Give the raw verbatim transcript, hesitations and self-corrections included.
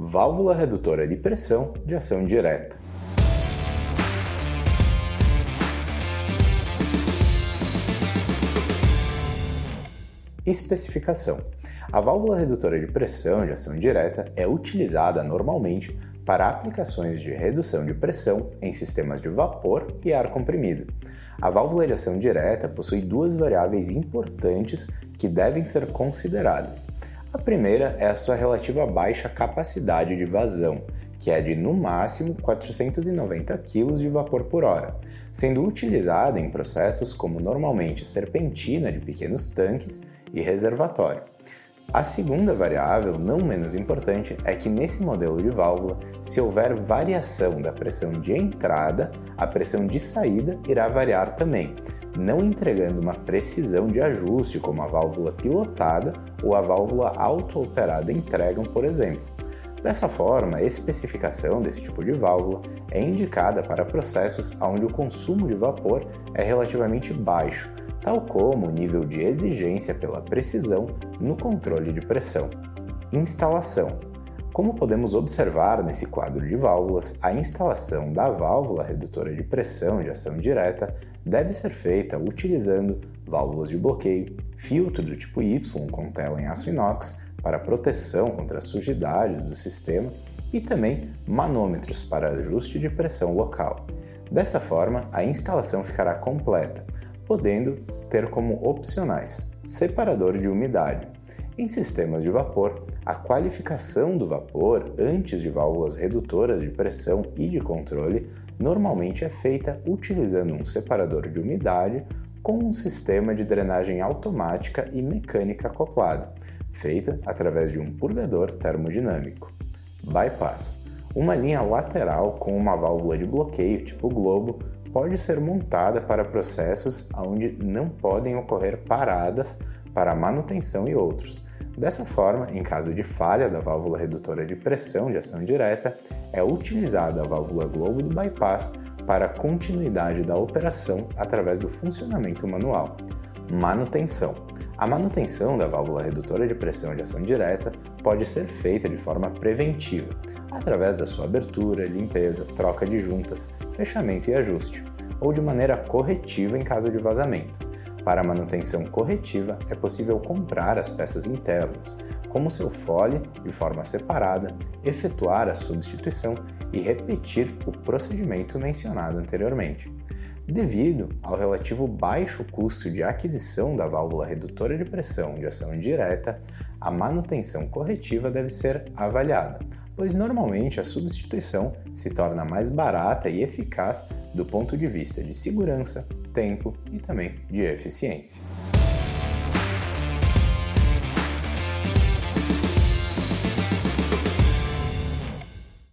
válvula redutora de pressão de ação direta. Especificação. A válvula redutora de pressão de ação direta é utilizada normalmente para aplicações de redução de pressão em sistemas de vapor e ar comprimido. A válvula de ação direta possui duas variáveis importantes que devem ser consideradas. A primeira é a sua relativa baixa capacidade de vazão, que é de no máximo quatrocentos e noventa quilos de vapor por hora, sendo utilizada em processos como normalmente serpentina de pequenos tanques e reservatório. A segunda variável, não menos importante, é que nesse modelo de válvula, se houver variação da pressão de entrada, a pressão de saída irá variar também, não entregando uma precisão de ajuste como a válvula pilotada ou a válvula auto-operada entregam, por exemplo. Dessa forma, a especificação desse tipo de válvula é indicada para processos onde o consumo de vapor é relativamente baixo, tal como o nível de exigência pela precisão no controle de pressão. Instalação. Como podemos observar nesse quadro de válvulas, a instalação da válvula redutora de pressão de ação direta deve ser feita utilizando válvulas de bloqueio, filtro do tipo Y com tela em aço inox para proteção contra as sujidades do sistema e também manômetros para ajuste de pressão local. Dessa forma, a instalação ficará completa, podendo ter como opcionais separador de umidade. Em sistemas de vapor, a qualificação do vapor antes de válvulas redutoras de pressão e de controle normalmente é feita utilizando um separador de umidade com um sistema de drenagem automática e mecânica acoplada, feita através de um purgador termodinâmico. Bypass. Uma linha lateral com uma válvula de bloqueio tipo globo pode ser montada para processos onde não podem ocorrer paradas para manutenção e outros. Dessa forma, em caso de falha da válvula redutora de pressão de ação direta, é utilizada a válvula globo do bypass para a continuidade da operação através do funcionamento manual. Manutenção. A manutenção da válvula redutora de pressão de ação direta pode ser feita de forma preventiva, através da sua abertura, limpeza, troca de juntas, fechamento e ajuste, ou de maneira corretiva em caso de vazamento. Para a manutenção corretiva, é possível comprar as peças internas, como seu fole, de forma separada, efetuar a substituição e repetir o procedimento mencionado anteriormente. Devido ao relativo baixo custo de aquisição da válvula redutora de pressão de ação direta, a manutenção corretiva deve ser avaliada, pois normalmente a substituição se torna mais barata e eficaz do ponto de vista de segurança, tempo e também de eficiência.